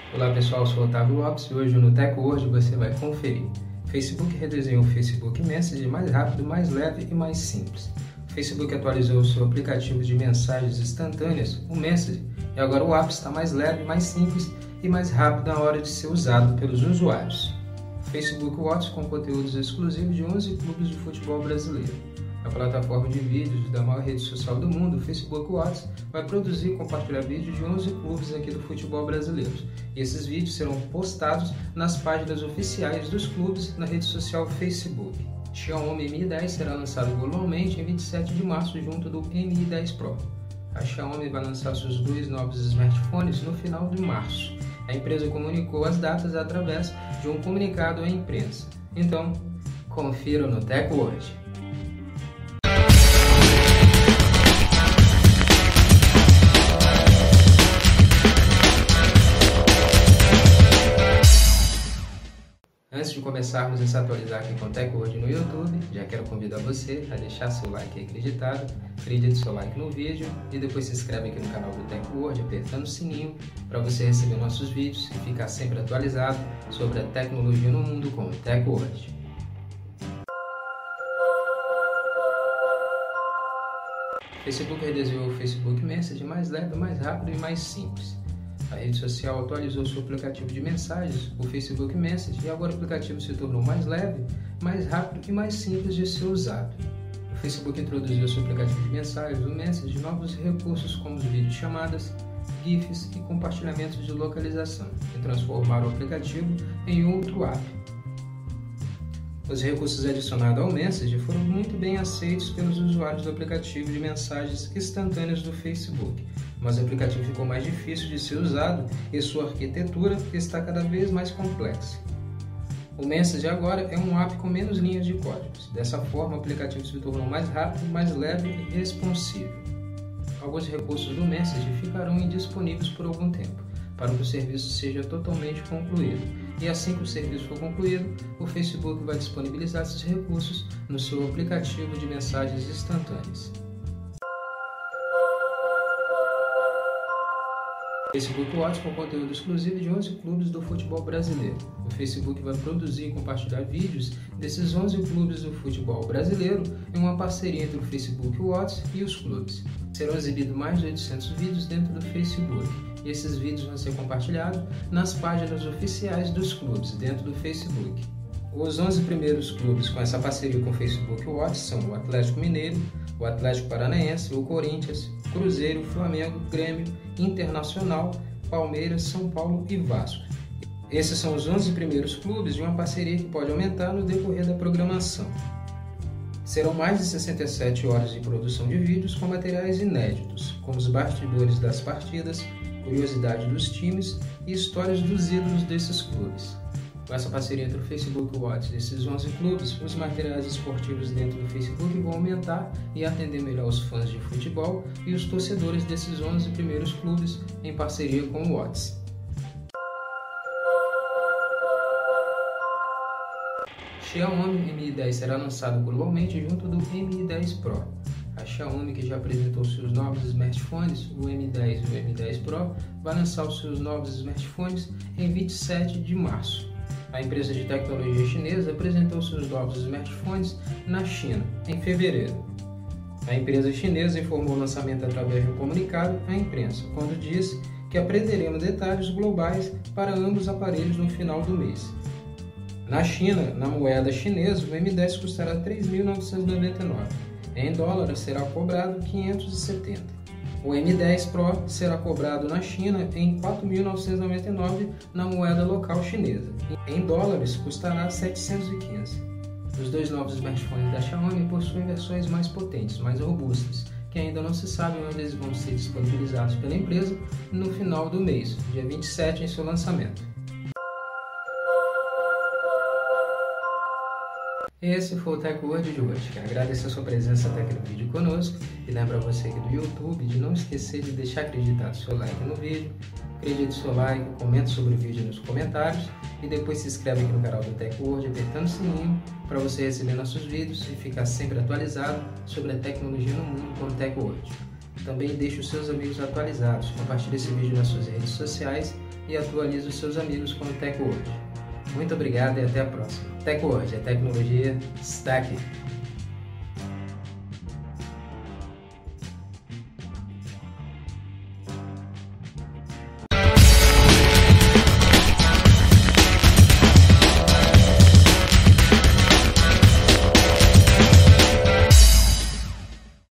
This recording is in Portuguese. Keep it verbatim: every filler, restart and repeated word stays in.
Olá pessoal, eu sou Otávio Lopes e hoje no TechWord você vai conferir. Facebook redesenhou o Facebook Messenger mais rápido, mais leve e mais simples. O Facebook atualizou o seu aplicativo de mensagens instantâneas, o Messenger, e agora o app está mais leve, mais simples e mais rápido na hora de ser usado pelos usuários. O Facebook Watch com conteúdos exclusivos de onze clubes de futebol brasileiro. A plataforma de vídeos da maior rede social do mundo, o Facebook Watch, vai produzir e compartilhar vídeos de onze clubes aqui do futebol brasileiro. E esses vídeos serão postados nas páginas oficiais dos clubes na rede social Facebook. Xiaomi Mi dez será lançado globalmente em vinte e sete de março junto do Mi dez Pro. A Xiaomi vai lançar seus dois novos smartphones no final de março. A empresa comunicou as datas através de um comunicado à imprensa. Então, confira no TechWord. Antes de começarmos a se atualizar aqui com o TechWord no YouTube, já quero convidar você a deixar seu like aí acreditado, acredite seu like no vídeo e depois se inscreve aqui no canal do TechWord apertando o sininho para você receber nossos vídeos e ficar sempre atualizado sobre a tecnologia no mundo com o TechWord. O Facebook redesenhou o Facebook Messenger mais leve, mais rápido e mais simples. A rede social atualizou seu aplicativo de mensagens, o Facebook Messenger, e agora o aplicativo se tornou mais leve, mais rápido e mais simples de ser usado. O Facebook introduziu seu aplicativo de mensagens, o Messenger, novos recursos como os videochamadas, GIFs e compartilhamentos de localização, que transformaram o aplicativo em outro app. Os recursos adicionados ao Messenger foram muito bem aceitos pelos usuários do aplicativo de mensagens instantâneas do Facebook, mas o aplicativo ficou mais difícil de ser usado e sua arquitetura está cada vez mais complexa. O Messenger agora é um app com menos linhas de códigos. Dessa forma, o aplicativo se tornou mais rápido, mais leve e responsivo. Alguns recursos do Messenger ficarão indisponíveis por algum tempo, para que o serviço seja totalmente concluído. E assim que o serviço for concluído, o Facebook vai disponibilizar esses recursos no seu aplicativo de mensagens instantâneas. Facebook Watch com conteúdo exclusivo de onze clubes do futebol brasileiro. O Facebook vai produzir e compartilhar vídeos desses onze clubes do futebol brasileiro em uma parceria entre o Facebook Watch e os clubes. Serão exibidos mais de oitocentos vídeos dentro do Facebook e esses vídeos vão ser compartilhados nas páginas oficiais dos clubes dentro do Facebook. Os onze primeiros clubes com essa parceria com o Facebook Watch são o Atlético Mineiro, o Atlético Paranaense, o Corinthians, Cruzeiro, Flamengo, Grêmio, Internacional, Palmeiras, São Paulo e Vasco. Esses são os onze primeiros clubes de uma parceria que pode aumentar no decorrer da programação. Serão mais de sessenta e sete horas de produção de vídeos com materiais inéditos, como os bastidores das partidas, curiosidade dos times e histórias dos ídolos desses clubes. Com essa parceria entre o Facebook Watch e esses onze clubes, os materiais esportivos dentro do Facebook vão aumentar e atender melhor os fãs de futebol e os torcedores desses onze primeiros clubes em parceria com o Watch. Xiaomi Mi dez será lançado globalmente junto do Mi dez Pro. A Xiaomi, que já apresentou seus novos smartphones, o Mi dez e o Mi dez Pro, vai lançar os seus novos smartphones em vinte e sete de março. A empresa de tecnologia chinesa apresentou seus novos smartphones na China, em fevereiro. A empresa chinesa informou o lançamento através de um comunicado à imprensa, quando disse que aprenderemos detalhes globais para ambos os aparelhos no final do mês. Na China, na moeda chinesa, o Mi dez custará três mil novecentos e noventa e nove reais. Em dólar será cobrado quinhentos e setenta reais. O Mi dez Pro será cobrado na China em quatro mil novecentos e noventa e nove reais na moeda local chinesa. Em dólares custará setecentos e quinze reais. Os dois novos smartphones da Xiaomi possuem versões mais potentes, mais robustas, que ainda não se sabe onde eles vão ser disponibilizados pela empresa no final do mês, dia vinte e sete, em seu lançamento. Esse foi o TechWord de hoje. Quero agradecer a sua presença até aqui no vídeo conosco e lembrar você aqui do YouTube de não esquecer de deixar acreditado seu like no vídeo, acredite seu like, comente sobre o vídeo nos comentários e depois se inscreve aqui no canal do TechWord apertando o sininho para você receber nossos vídeos e ficar sempre atualizado sobre a tecnologia no mundo com o TechWord. Também deixe os seus amigos atualizados, compartilhe esse vídeo nas suas redes sociais e atualize os seus amigos com o TecWord. Muito obrigado e até a próxima. TecWord, a tecnologia está aqui.